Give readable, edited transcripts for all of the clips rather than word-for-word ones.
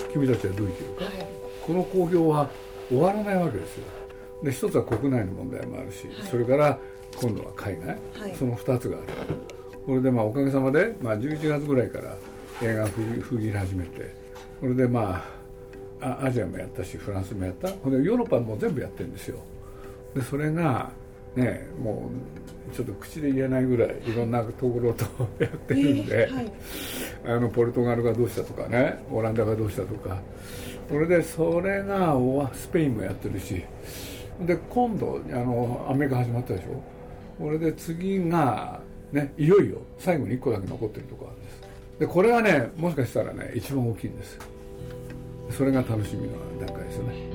君たちはどう生きるか、 はい、 この興行は終わらないわけですよ。で一つは国内の問題もあるし、それから今度は海外、その2つがある。これでおかげさまで、11月ぐらいから映画が封切り始めて、これでアジアもやったしフランスもやった、これヨーロッパも全部やってるんですよ。でそれがね、もうちょっと口で言えないぐらいいろんなところとやってるんで、ポルトガルがどうしたとかね、オランダがどうしたとか、それがスペインもやってるし、で今度アメリカ始まったでしょ。これで次がね、いよいよ最後に1個だけ残ってるところなんです。でこれはね、もしかしたらね一番大きいんです。それが楽しみの段階ですよね。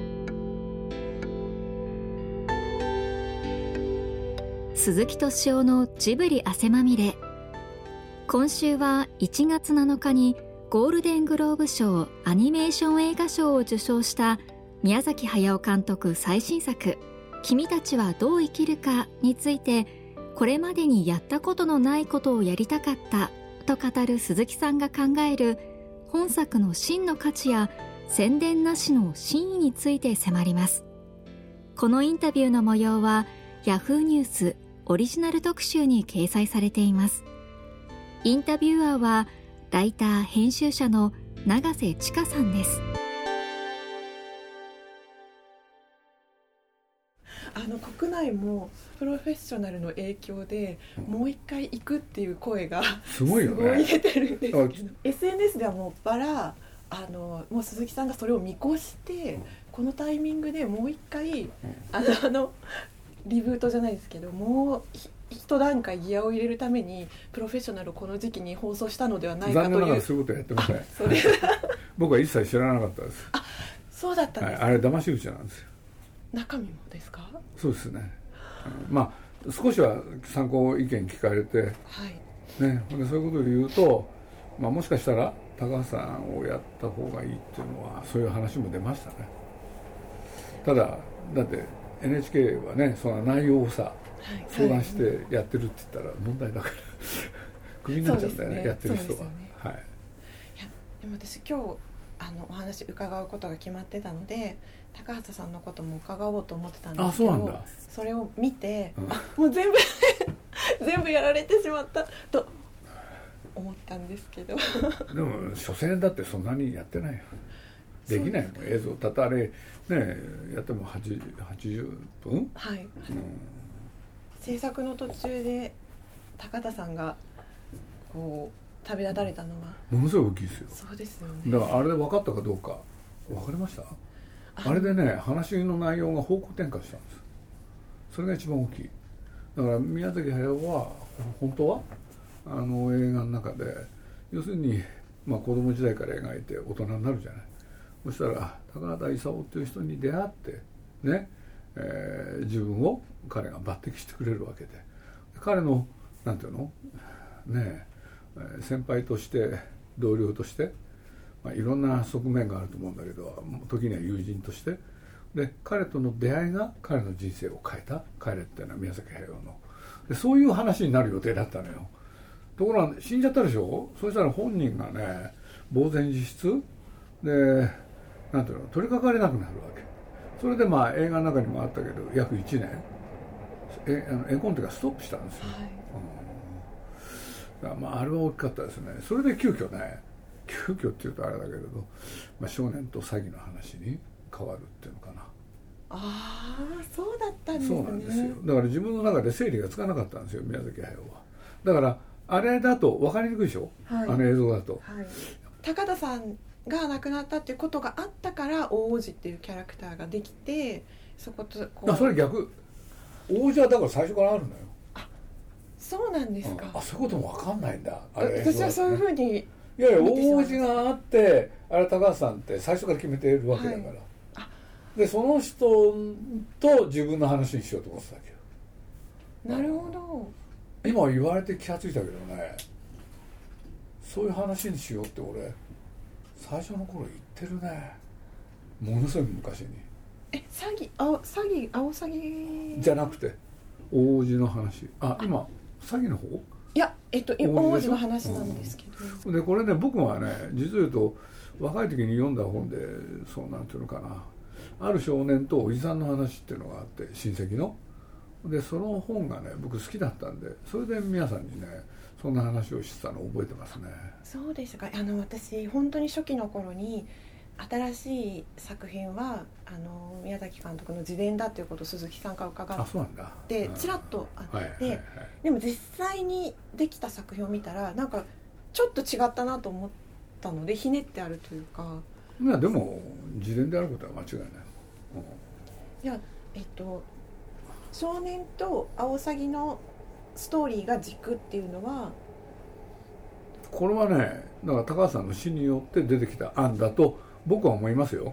鈴木敏夫のジブリ汗まみれ。今週は1月7日にゴールデングローブ賞アニメーション映画賞を受賞した宮崎駿監督最新作「君たちはどう生きるか」について、これまでにやったことのないことをやりたかったと語る鈴木さんが考える本作の真の価値や宣伝なしの真意について迫ります。このインタビューの模様はヤフーニュースオリジナル特集に掲載されています。インタビュアーはライター編集者の永瀬千佳さんです。 国内もプロフェッショナルの影響でもう一回行くっていう声がすごいよね。 出てるんですけど、SNS ではもう鈴木さんがそれを見越して、このタイミングでもう一回リブートじゃないですけど、もう一段階ギアを入れるためにプロフェッショナルをこの時期に放送したのではないかという。 残念ながらそういうことやってません。僕は一切知らなかったです。 そうだったんですか。 あれ騙し討ちなんですよ。 中身もですか。 そうですね。少しは参考意見聞かれて、でそういうことを言うと、もしかしたら高橋さんをやった方がいいっていうのはそういう話も出ましたね。ただって NHK はね、その内容を相談してやってるって言ったら問題だからクビになっちゃうんだよね、やってる人は。いやでも私今日お話伺うことが決まってたので、高畑さんのことも伺おうと思ってたんですけど、それを見て、もう全部やられてしまったと思ったんですけどでも所詮だってそんなにやってないよ、できないもん。映像たったあれねやっても80分、 制作の途中で高田さんがこう旅立たれたのはものすごい大きいですよ。 そうですよね。 だからあれで分かったかどうか分かりました。あれでね、話の内容が方向転換したんです。それが一番大きい。だから宮崎駿は本当は映画の中で要するに、子供時代から描いて大人になるじゃない。そしたら高畑勲っていう人に出会ってね、自分を彼が抜擢してくれるわけで、彼のなんていうのね、先輩として同僚として、いろんな側面があると思うんだけど、時には友人としてで、彼との出会いが彼の人生を変えた。彼っていうのは宮崎駿ので、そういう話になる予定だったのよ。ところが死んじゃったでしょ。そしたら本人がね、呆然自失で、なんていうの、取り掛かれなくなるわけ。それで映画の中にもあったけど約1年絵コンテがストップしたんですよ。あれは大きかったですね。それで急遽っていうとあれだけれど、少年と詐欺の話に変わるっていうのかな。 そうだったんですね。 そうなんですよ。だから自分の中で整理がつかなかったんですよ、宮崎駿は。だからあれだと分かりにくいでしょ、あの映像だと。 高田さんが亡くなったっていうことがあったから大王子っていうキャラクターができて、そことそれ逆、王子はだから最初からあるのよ。 そうなんですか。 そういうことも分かんないんだ。 私はそういうふうに。 いやいや、大王子があって、あれ高橋さんって最初から決めているわけだから、でその人と自分の話にしようと思ってたわけよ。 なるほど。 今言われて気がついたけどね、そういう話にしようって俺最初の頃言ってるね、ものすごい昔に。 アオサギじゃなくて大王子の話。今詐欺の方？ いや、大王子の話なんですけど。 でこれね、僕はね、実を言うと若い時に読んだ本で、そうなんていうのかな、ある少年とおじさんの話っていうのがあって、親戚ので、その本がね僕好きだったんで、それで皆さんにねそんな話をしてたのを覚えてますね。 そうでしたか。私本当に初期の頃に新しい作品は宮崎監督の自伝だということを鈴木さんから伺ってちらっとあって、でも実際にできた作品を見たらなんかちょっと違ったなと思ったので、ひねってあるというか。 いやでも自伝であることは間違いない。 いや少年とアオサギのストーリーが軸っていうのは、 これはねだから高橋さんの詩によって出てきた案だと僕は思いますよ。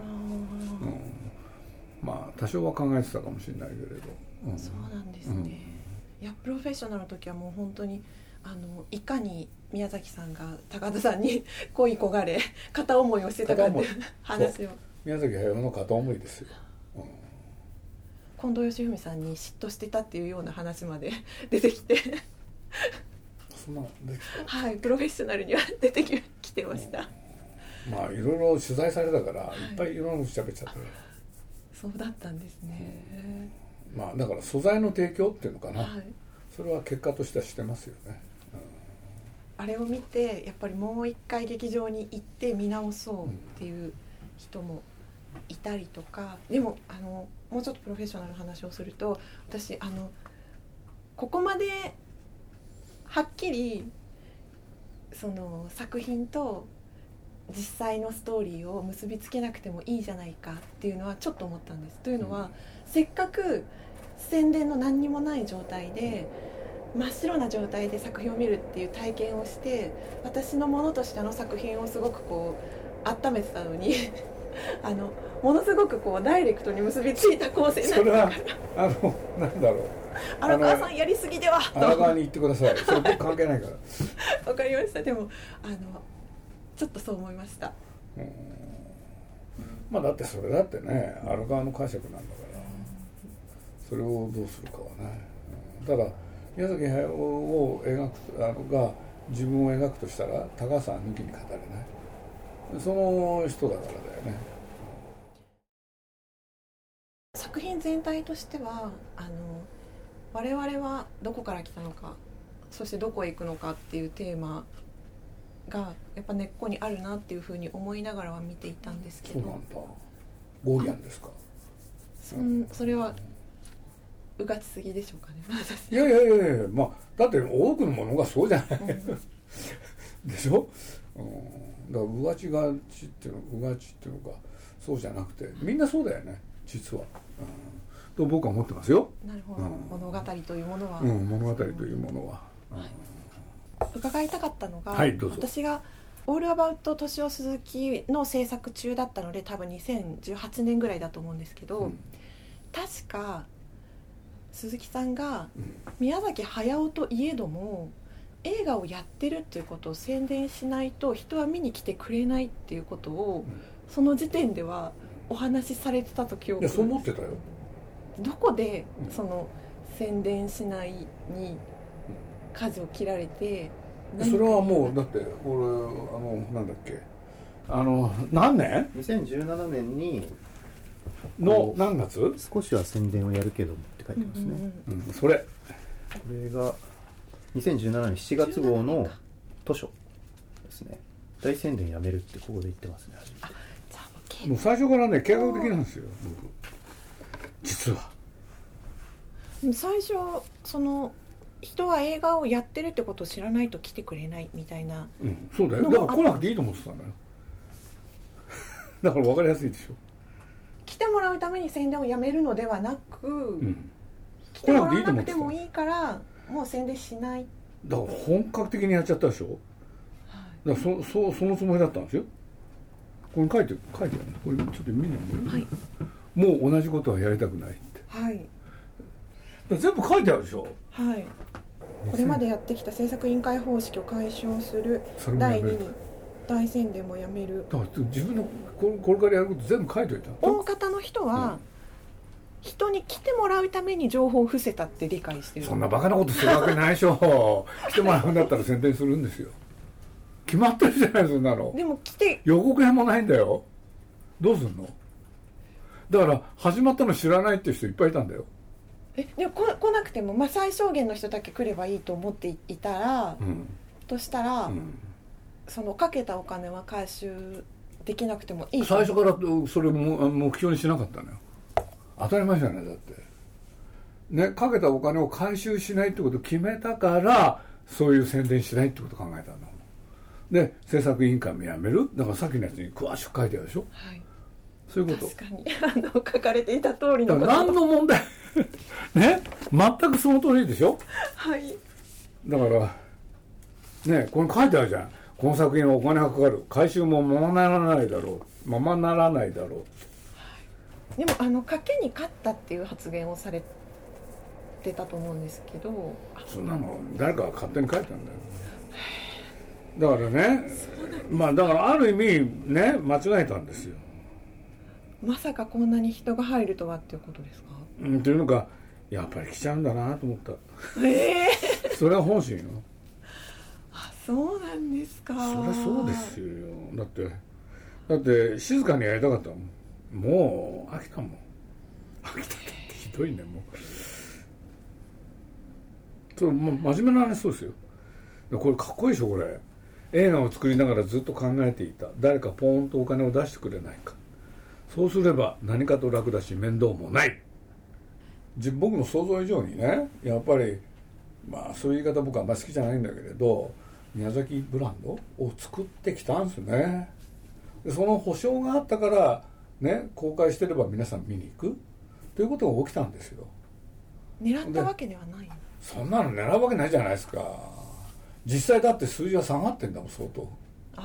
まあ多少は考えてたかもしれないけれど、 そうなんですね。いやプロフェッショナルの時はもう本当にいかに宮崎さんが高田さんに恋焦がれ片思いをしてたかっていう話を。 宮崎駿の片思いですよ。 近藤義文さんに嫉妬してたっていうような話まで出てきてそんなできた。 はい、プロフェッショナルには出てきてました。 まあいろいろ取材されたから、いっぱいいろんなこと喋っちゃったから、 そうだったんですね。 まあだから素材の提供っていうのかな、 はい、 それは結果としてはしてますよね。 あれを見てやっぱりもう一回劇場に行って見直そうっていう人もいたりとか、でももうちょっとプロフェッショナルの話をすると、私ここまではっきりその作品と実際のストーリーを結びつけなくてもいいじゃないかっていうのはちょっと思ったんです。というのは、せっかく宣伝の何にもない状態で真っ白な状態で作品を見るっていう体験をして、私のものとして作品をすごくこう温めてたのにものすごくこうダイレクトに結びついた構成になってたから、 それはなんだろう、 荒川さんやりすぎではと。 荒川に行ってください。それ僕関係ないから。 わかりました。でもちょっとそう思いました。 まあだってそれだってね荒川の解釈なんだから、それをどうするかはね。ただ宮崎駿を描くが自分を描くとしたら高橋さん抜きに語れない、その人だからだよね。 作品全体としては我々はどこから来たのか、そしてどこへ行くのかっていうテーマがやっぱ根っこにあるなっていうふうに思いながらは見ていたんですけど。 そうなんだ。ゴーリアンですか。 それはうがちすぎでしょうかね。 いやいやいやいや、まあだって多くのものがそうじゃない、でしょ、だからうがちっていうのかそうじゃなくてみんなそうだよね実は、と僕は思ってますよ。 なるほど、物語というものは、 物語というものは、 伺いたかったのが、 はいどうぞ。 私がオールアバウト敏夫鈴木の制作中だったので多分2018年ぐらいだと思うんですけど、確か鈴木さんが宮崎駿といえども映画をやってるっていうことを宣伝しないと人は見に来てくれないっていうことを、その時点ではお話しされてたと記憶。 いやそう思ってたよ。 どこでその宣伝しないに舵を切られて。 それはもうだって俺なんだっけ何年 ?2017 年にの何月？ 少しは宣伝をやるけどって書いてますね。 それこれが2017年7月号の図書ですね。大宣伝やめるってここで言ってますね。 もう最初からね計画的なんですよ僕実は。 最初その人は映画をやってるってことを知らないと来てくれないみたいな、 そうだよ。だから来なくていいと思ってたんだよだから分かりやすいでしょ。 来てもらうために宣伝をやめるのではなく、来てもらわなくてもいいからもう宣伝しない。 だから本格的にやっちゃったでしょ、だからそのつもりだったんですよ。これ書いてあるね。これちょっと見ないで、もう同じことはやりたくないって、全部書いてあるでしょ。これまでやってきた制作委員会方式を解消する、第2に大宣伝もやめる。だから自分のこれからやること全部書いておいた。 大方の人は、人に来てもらうために情報を伏せたって理解してる。 そんなバカなことするわけないでしょ来てもらうんだったら宣伝するんですよ。 決まってるじゃないそんなの。 でも来て予告編もないんだよ。どうすんの。だから始まったの知らないっていう人いっぱいいたんだよ。 でも来なくても、最小限の人だけ来ればいいと思っていたら、としたら、そのかけたお金は回収できなくてもいい。 最初からそれも目標にしなかったのよ。当たり前じゃない。だってね、かけたお金を回収しないってことを決めたから、そういう宣伝しないってことを考えたんだもん。で制作委員会もやめる。だからさっきのやつに詳しく書いてあるでしょ、はい、そういうこと。 確かに書かれていた通りのこと。 何の問題ね、全くその通りでしょ。 はいだからね、これ書いてあるじゃん。この作品はお金がかかる、回収もままならないだろう、ままならないだろう、 はい、でも賭けに勝ったっていう発言をされてたと思うんですけど、 そんなの誰かが勝手に書いたんだよ。だからね、だからある意味ね、間違えたんですよ。 まさかこんなに人が入るとはっていうことですか。 というのか、やっぱり来ちゃうんだなと思った。それは本心よ。 あ、そうなんですか。 そりゃそうですよ。だって静かにやりたかったもん。もう飽きたもん。飽きたってひどいね。もうそれ真面目な話。そうですよ。これかっこいいでしょ。これ映画を作りながらずっと考えていた。誰かポーンとお金を出してくれないか。そうすれば何かと楽だし面倒もない。僕の想像以上にね、やっぱりそういう言い方僕はあんまり好きじゃないんだけれど、宮崎ブランドを作ってきたんですね。でその保証があったからね、公開してれば皆さん見に行くということが起きたんですよ。 狙ったわけではない。 そんなの狙うわけないじゃないですか。実際だって数字は下がってんだもん、相当。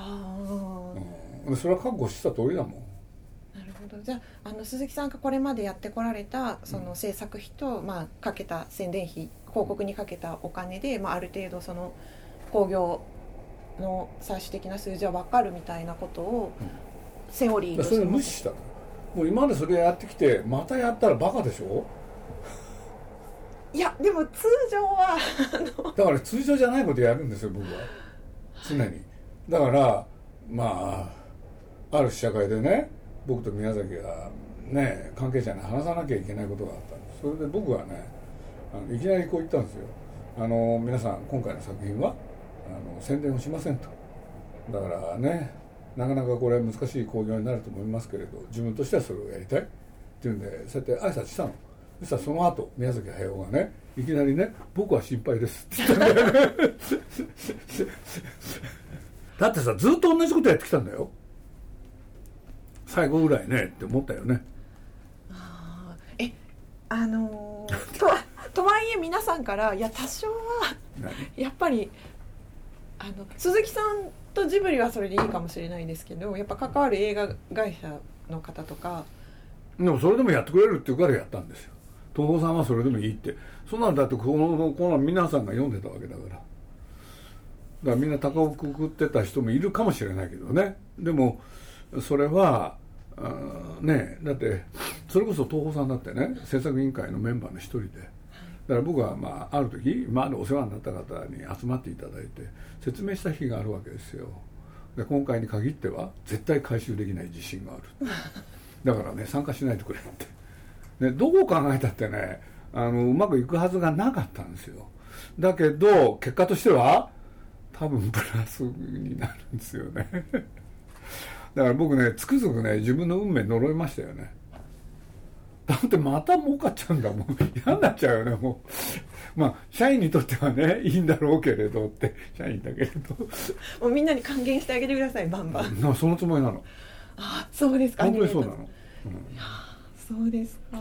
それは覚悟してた通りだもん。 なるほど。じゃあ鈴木さんがこれまでやってこられたその制作費と、かけた宣伝費、広告にかけたお金で、ある程度その興行の最終的な数字は分かるみたいなことを、セオリーとしてそれを無視したの。もう今までそれやってきてまたやったらバカでしょ。 いやでも通常はだから通常じゃないことやるんですよ、僕は常に。だからある試写会でね、僕と宮崎がね、関係者に話さなきゃいけないことがあったんです。それで僕はね、いきなりこう言ったんですよ。皆さん今回の作品は宣伝をしませんと。だからね、なかなかこれ難しい興行になると思いますけれど、自分としてはそれをやりたいっていうんで、そうやって挨拶したの。そしたらその後宮崎駿がね、いきなりね、僕は心配ですって言ったんだよねだってさ、ずっと同じことやってきたんだよ。最後ぐらいねって思ったよね。 とはいえ皆さんから多少はやっぱり鈴木さんとジブリはそれでいいかもしれないですけど、やっぱ関わる映画会社の方とかでもそれでもやってくれるって言うからやったんですよ。東宝さんはそれでもいいって。そんなんだってこの皆さんが読んでたわけだから。だからみんな高をくくってた人もいるかもしれないけどね。でもそれはね、だってそれこそ東宝さんだってね、制作委員会のメンバーの一人で、だから僕はある時今までお世話になった方に集まっていただいて説明した日があるわけですよ。で今回に限っては絶対回収できない自信があるだからね、参加しないでくれって、ね、どう考えたってね、うまくいくはずがなかったんですよ。だけど結果としては多分プラスになるんですよねだから僕ね、つくづくね、自分の運命呪いましたよね。だってまた儲かっちゃうんだもん嫌になっちゃうよね。もう社員にとってはねいいんだろうけれどって、社員だけれどもうみんなに還元してあげてください、バンバン。 そのつもりなの。 あ、そうですか。 本当にそうなの、 そうですか。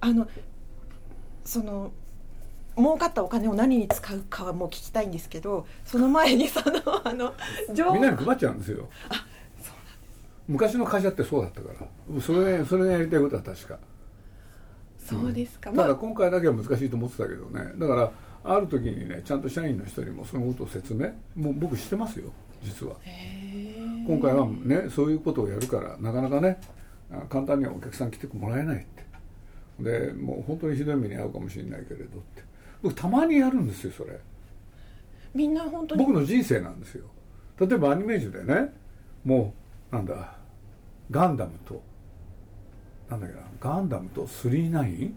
その儲かったお金を何に使うかはもう聞きたいんですけど、その前にみんなに配っちゃうんですよ。昔の会社ってそうだったから、それがやりたいことは確か。 そうですか。 ただ今回だけは難しいと思ってたけどね。だからある時にね、ちゃんと社員の人にもそのことを説明、もう僕してますよ実は。今回はね、そういうことをやるからなかなかね、簡単にはお客さん来てもらえないって。でもう本当にひどい目に遭うかもしれないけれどって。僕たまにやるんですよそれ。 みんな本当に僕の人生なんですよ。 例えばアニメージュでね、もうなんだガンダムとなんだっけな、ガンダムと39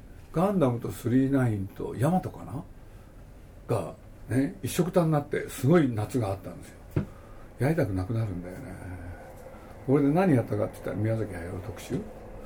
とヤマトかながね一緒くたになってすごい夏があったんですよ。やりたくなくなるんだよね。これで何やったかって言ったら宮崎駿特集、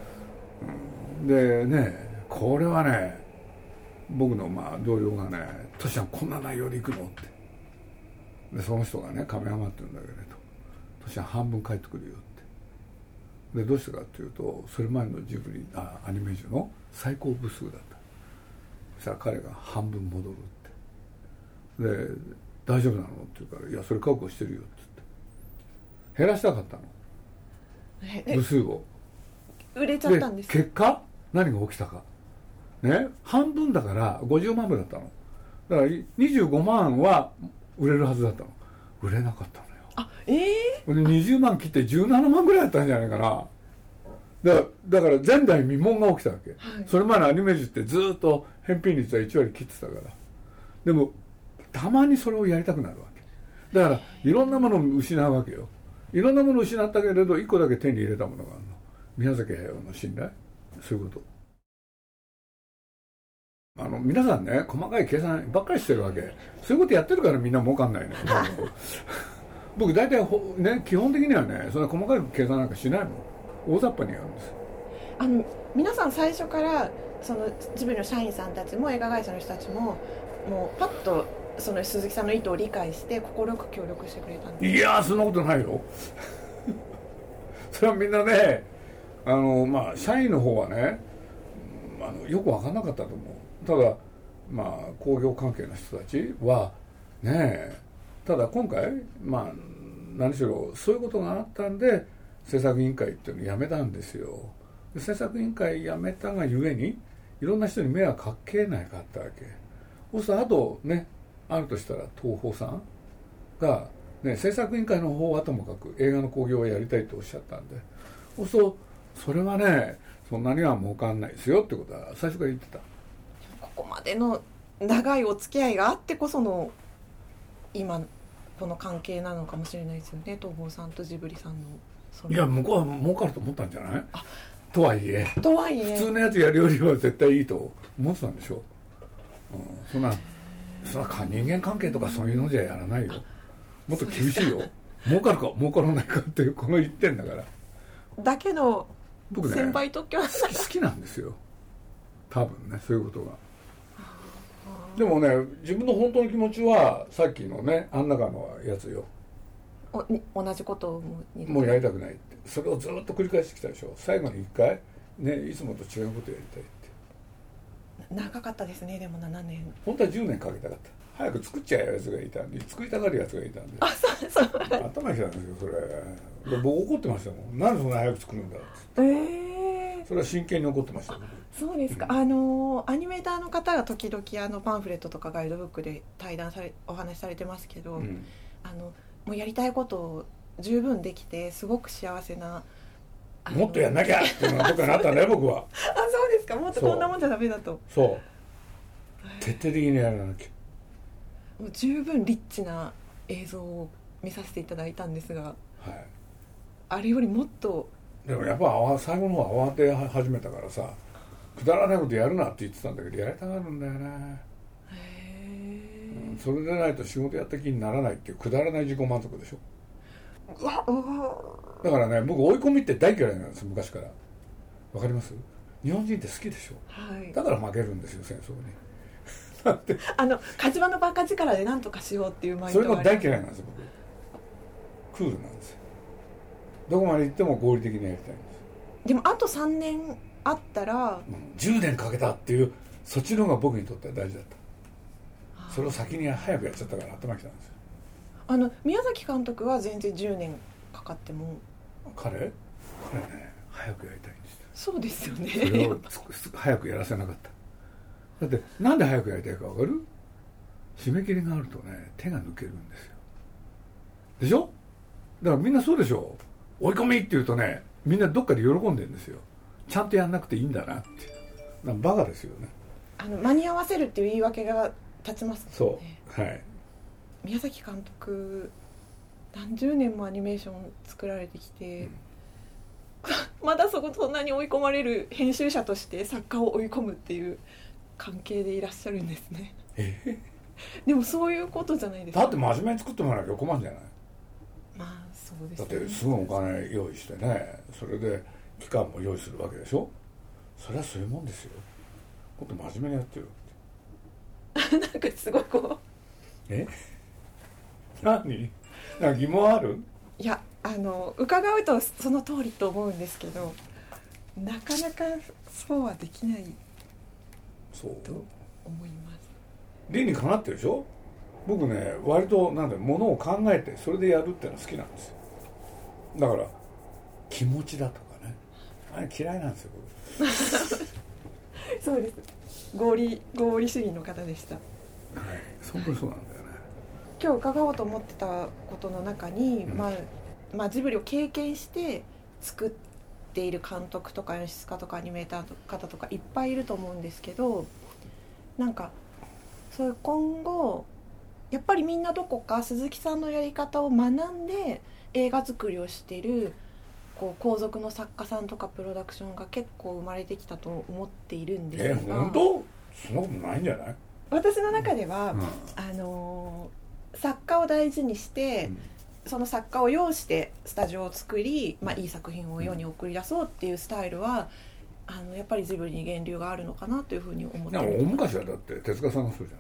でね、これはね僕の同僚がね「トシちゃんこんな内容でいくの?」ってでその人がねカメラマンって言うんだけどねと「トシちゃん半分帰ってくるよ」ってでどうしてかっていうとそれ前のジブリアニメージュの最高部数だった。そしたら彼が半分戻るってで「大丈夫なの?」って言うから「いやそれ覚悟してるよ」って言って減らしたかったの部数を。 売れちゃったんです。 結果何が起きたかね、半分だから50万部だったの。だから25万は売れるはずだったの。売れなかったのよ。で20万切って17万ぐらいだったんじゃないかな。だから前代未聞が起きたわけ、はい、それまでアニメージュってずっと返品率は1割切ってたから。でもたまにそれをやりたくなるわけだから、いろんなものを失うわけよ。いろんなものを失ったけれど1個だけ手に入れたものがあるの。宮崎駿の信頼、そういうこと。皆さんね細かい計算ばっかりしてるわけ。そういうことやってるからみんな儲かんないのよ僕大体ね基本的にはねそんな細かい計算なんかしないもん。大雑把にやるんです。 皆さん最初からそのジブリの社員さんたちも映画会社の人たちももうパッとその鈴木さんの意図を理解して快く協力してくれたんです。 いやそんなことないよそれはみんなね社員の方はねよく分かんなかったと思う。ただ工業関係の人たちはねただ今回何しろそういうことがあったんで制作委員会っていうのをやめたんですよ。で制作委員会やめたがゆえにいろんな人に迷惑かけなかったわけ。そうするとあとねあるとしたら東宝さんが、ね、制作委員会の方はともかく映画の興行をやりたいとおっしゃったんで、そうするとそれはねそんなには儲かんないですよってことは最初から言ってた。 ここまでの長いお付き合いがあってこその今この関係なのかもしれないですよね、東宝さんとジブリさんの。 いや向こうは儲かると思ったんじゃない。とはいえ普通のやつやるよりは絶対いいと思ってたんでしょ、そんな人間関係とかそういうのじゃやらないよ。もっと厳しいよ儲かるか儲からないかっていうこの一点だから。 だけど僕ね先輩特許好きなんですよ多分ねそういうことが。でもね自分の本当の気持ちはさっきのねあん中のやつよ。 同じことをもうやりたくないって、それをずっと繰り返してきたでしょ。最後に一回ねいつもと違うことやりたいって。 長かったですね。でも7年本当は10年かけたかった。早く作っちゃうやつがいたんで、作りたがるやつがいたんで、 そう頭きたんですよそれ。で僕怒ってましたもん。なんでそんな早く作るんだって。それは真剣に怒ってましたよ。 そうですか、アニメーターの方が時々パンフレットとかガイドブックでお話しされてますけど、もうやりたいことを十分できてすごく幸せな。 もっとやんなきゃっていうのが僕はなったんだよ僕は。 そうですか。もっとこんなもんじゃダメだと。 そう徹底的にやらなきゃ。 もう十分リッチな映像を見させていただいたんですが、あれよりもっと。 でもやっぱ最後の方は慌て始めたからさ、くだらないことやるなって言ってたんだけどやりたがるんだよね。それでないと仕事やった気にならないっていうくだらない自己満足でしょ。だからね僕追い込みって大嫌いなんです昔から。わかります？日本人って好きでしょ、だから負けるんですよ戦争に火事場のバカ力で何とかしようっていうマインドがそれが大嫌いなんですよ僕。クールなんですよ。どこまで行っても合理的にやりたいんです。 でもあと3年あったら、 10年かけたっていうそっちの方が僕にとっては大事だった。それを先に早くやっちゃったから頭きたんですよ。 宮崎監督は全然10年かかっても彼ね早くやりたいんです。 そうですよね。 それを早くやらせなかった。だってなんで早くやりたいか分かる？締め切りがあるとね手が抜けるんですよ。でしょ？だからみんなそうでしょ。追い込みって言うとねみんなどっかで喜んでるんですよ。ちゃんとやんなくていいんだなって。なんかバカですよね。 間に合わせるっていう言い訳が立ちますもんね。 そう、はい。 宮崎監督何十年もアニメーション作られてきて、まだそんなに追い込まれる編集者として作家を追い込むっていう関係でいらっしゃるんですね。でもそういうことじゃないですか。 だって真面目に作ってもらわなきゃ困るんじゃない。 まあそうですだね。 ってすぐお金用意してね、それで期間も用意するわけでしょ。それはそういうもんですよ。もっと真面目にやってよなんかすごいこう何なんか疑問ある？ いや伺うとその通りと思うんですけど、なかなかそうはできないそうと思います。 理にかなってるでしょ。僕ね割とものを考えてそれでやるってのは好きなんですよ。だから気持ちだとかね、あれ嫌いなんですよ僕そうです。合理主義の方でした。 はい、本当にそうなんだよね。 今日伺おうと思ってたことの中に、まあジブリを経験して作っている監督とか演出家とかアニメーターの方とかいっぱいいると思うんですけど、なんかそういう今後やっぱりみんなどこか鈴木さんのやり方を学んで映画作りをしている後続の作家さんとかプロダクションが結構生まれてきたと思っているんですが、 本当？そんなことないんじゃない？ 私の中では、作家を大事にして、その作家を擁してスタジオを作り、いい作品を世に送り出そうっていうスタイルはやっぱりジブリに源流があるのかなというふうに思っている。 大昔はだって手塚さんがそうじ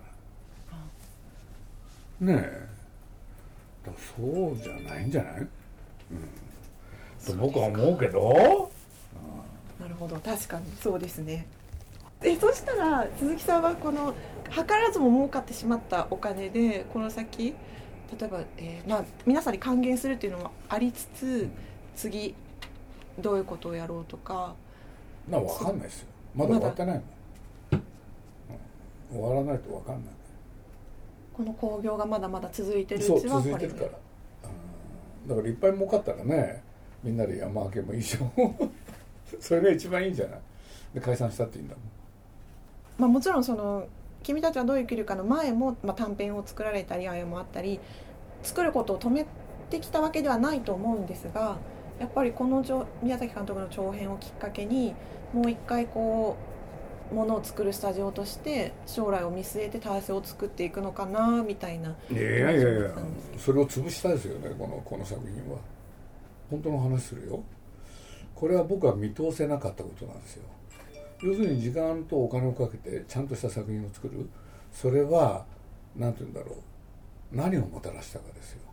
ゃない、ねえ、だからそうじゃないんじゃない、と僕は思うけど。 なるほど、確かにそうですね。そしたら鈴木さんはこの図らずも儲かってしまったお金でこの先例えば、皆さんに還元するっていうのもありつつ、次どういうことをやろうとか分かんないですよ。まだ終わってないもん、終わらないと分かんない。 この興行がまだまだ続いてるうちは続いてるから、だからいっぱい儲かったらね、みんなで山分けもいいじゃんそれが一番いいんじゃない。で解散したっていいんだもん。 もちろんその君たちはどう生きるかの前も、短編を作られたりあれもあったり作ることを止めてきたわけではないと思うんですが、やっぱりこの宮崎監督の長編をきっかけにもう一回ものを作るスタジオとして将来を見据えて体制を作っていくのかなみたいな。 いやそれを潰したいですよね。この作品は本当の話するよ。これは僕は見通せなかったことなんですよ。要するに時間とお金をかけてちゃんとした作品を作る、それは何て言うんだろう、何をもたらしたかですよ。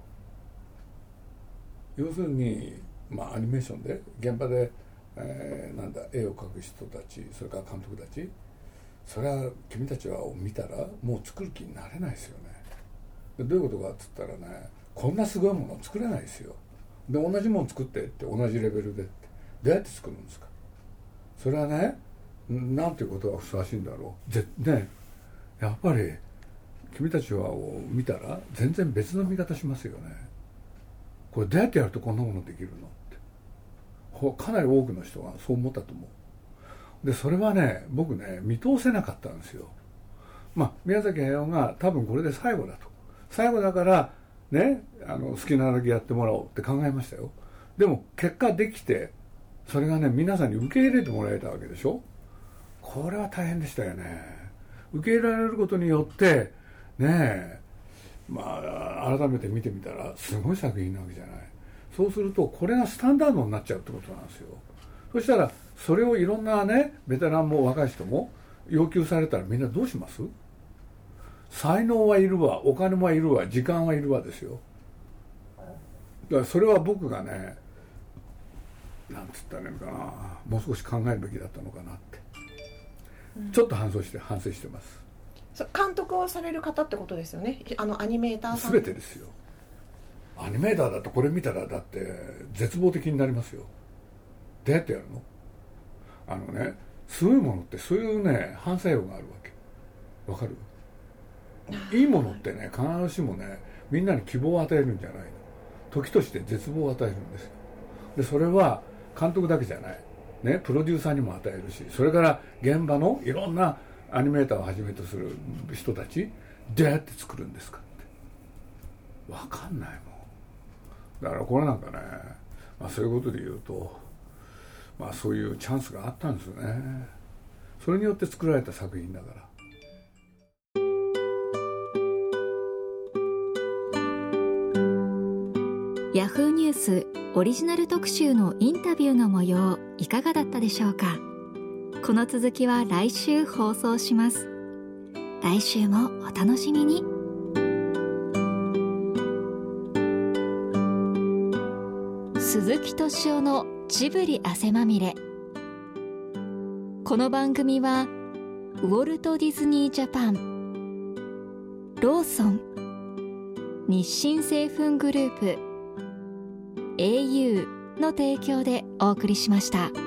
要するにアニメーションで現場で、絵を描く人たち、それから監督たち、それは君たちは見たらもう作る気になれないですよね。でどういうことかっつったらね、こんなすごいもの作れないですよ。で同じもの作ってって同じレベルでってどうやって作るんですか。それはね、なんていうことがふさわしいんだろう。ね、やっぱり君たちはを見たら全然別の見方しますよね。これどうやってやるとこんなものできるのってかなり多くの人がそう思ったと思う。でそれはね、僕ね見通せなかったんですよ。宮崎駿が多分これで最後だと、最後だからね、好きなだけやってもらおうって考えましたよ。でも結果できて、それがね皆さんに受け入れてもらえたわけでしょ。これは大変でしたよね。受け入れられることによってね、改めて見てみたらすごい作品なわけじゃない。そうするとこれがスタンダードになっちゃうってことなんですよ。そしたらそれをいろんなねベテランも若い人も要求されたらみんなどうします？才能はいるわ、お金もいるわ、時間はいるわですよ。だからそれは僕がね、なんつったらいいのかな、もう少し考えるべきだったのかなって、ちょっと反省してます。 監督をされる方ってことですよね。アニメーターさん全てですよ。アニメーターだとこれ見たらだって絶望的になりますよ。どうやってやるの？すごいものってそういうね反作用があるわけ。わかる？いいものってね必ずしもねみんなに希望を与えるんじゃないの。時として絶望を与えるんですよ。でそれは監督だけじゃないね、プロデューサーにも与えるし、それから現場のいろんなアニメーターをはじめとする人たちどうやって作るんですかって分かんないもん。 だからこれなんかね、そういうことで言うと、そういうチャンスがあったんですよね。それによって作られた作品だから。 ヤフーニュースオリジナル特集のインタビューの模様いかがだったでしょうか。この続きは来週放送します。来週もお楽しみに。鈴木敏夫のジブリ汗まみれ。この番組はウォルト・ディズニー・ジャパン、ローソン、日清製粉グループ、au の提供でお送りしました。